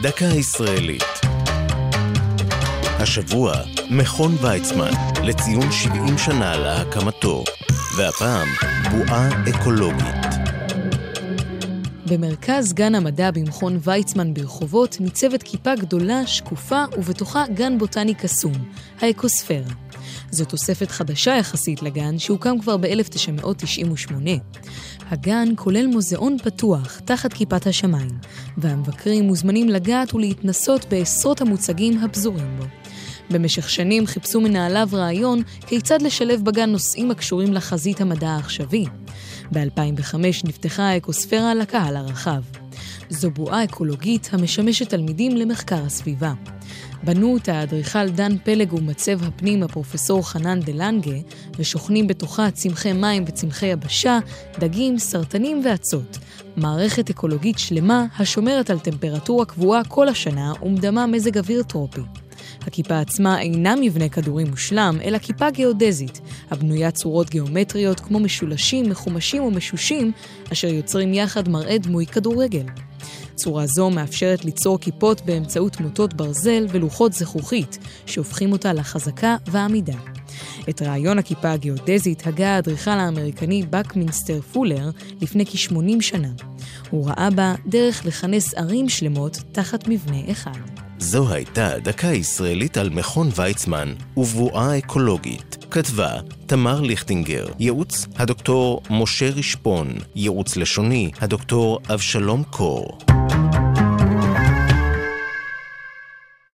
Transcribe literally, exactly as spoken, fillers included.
דקה ישראלית. השבוע, מכון ויצמן, לציון שבעים שנה להקמתו, והפעם, בועה אקולוגית. במרכז גן המדע במכון ויצמן ברחובות ניצבת כיפה גדולה, שקופה, ובתוכה גן בוטני קסום, האקוספירה. זו תוספת חדשה יחסית לגן שהוקם כבר ב-אלף תשע מאות תשעים ושמונה. הגן כולל מוזיאון פתוח תחת כיפת השמיים, והמבקרים מוזמנים לגעת ולהתנסות בעשרות המוצגים הפזורים בו. במשך שנים חיפשו מנהליו רעיון כיצד לשלב בגן נושאים הקשורים לחזית המדע העכשווי. ב-אלפיים וחמש נפתחה האקוספירה לקהל הרחב. זו בועה אקולוגית המשמשת תלמידים למחקר הסביבה. בנו אותה האדריכל דן פלג ומצב הפנים הפרופסור חנן דלנגה, ושוכנים בתוכה צמחי מים וצמחי יבשה, דגים, סרטנים ועצות. מערכת אקולוגית שלמה השומרת על טמפרטורה קבועה כל השנה ומדמה מזג אוויר טרופי. הכיפה עצמה אינה מבנה כדורי מושלם, אלא כיפה גיאודזית, הבנויה צורות גיאומטריות כמו משולשים, מחומשים ומשושים, אשר יוצרים יחד מראה דמוי כדורגל. צורה זו מאפשרת ליצור כיפות באמצעות מוטות ברזל ולוחות זכוכית, שהופכים אותה לחזקה ועמידה. את רעיון הכיפה הגיאודזית הגה האדריכל האמריקני בקמינסטר פולר לפני כ-שמונים שנה. הוא ראה בה דרך לכנס ערים שלמות תחת מבנה אחד. זו הייתה דקה ישראלית על מכון ויצמן ובועה אקולוגית. כתבה תמר ליכטינגר, ייעוץ הדוקטור משה רשפון, ייעוץ לשוני הדוקטור אבשלום קור.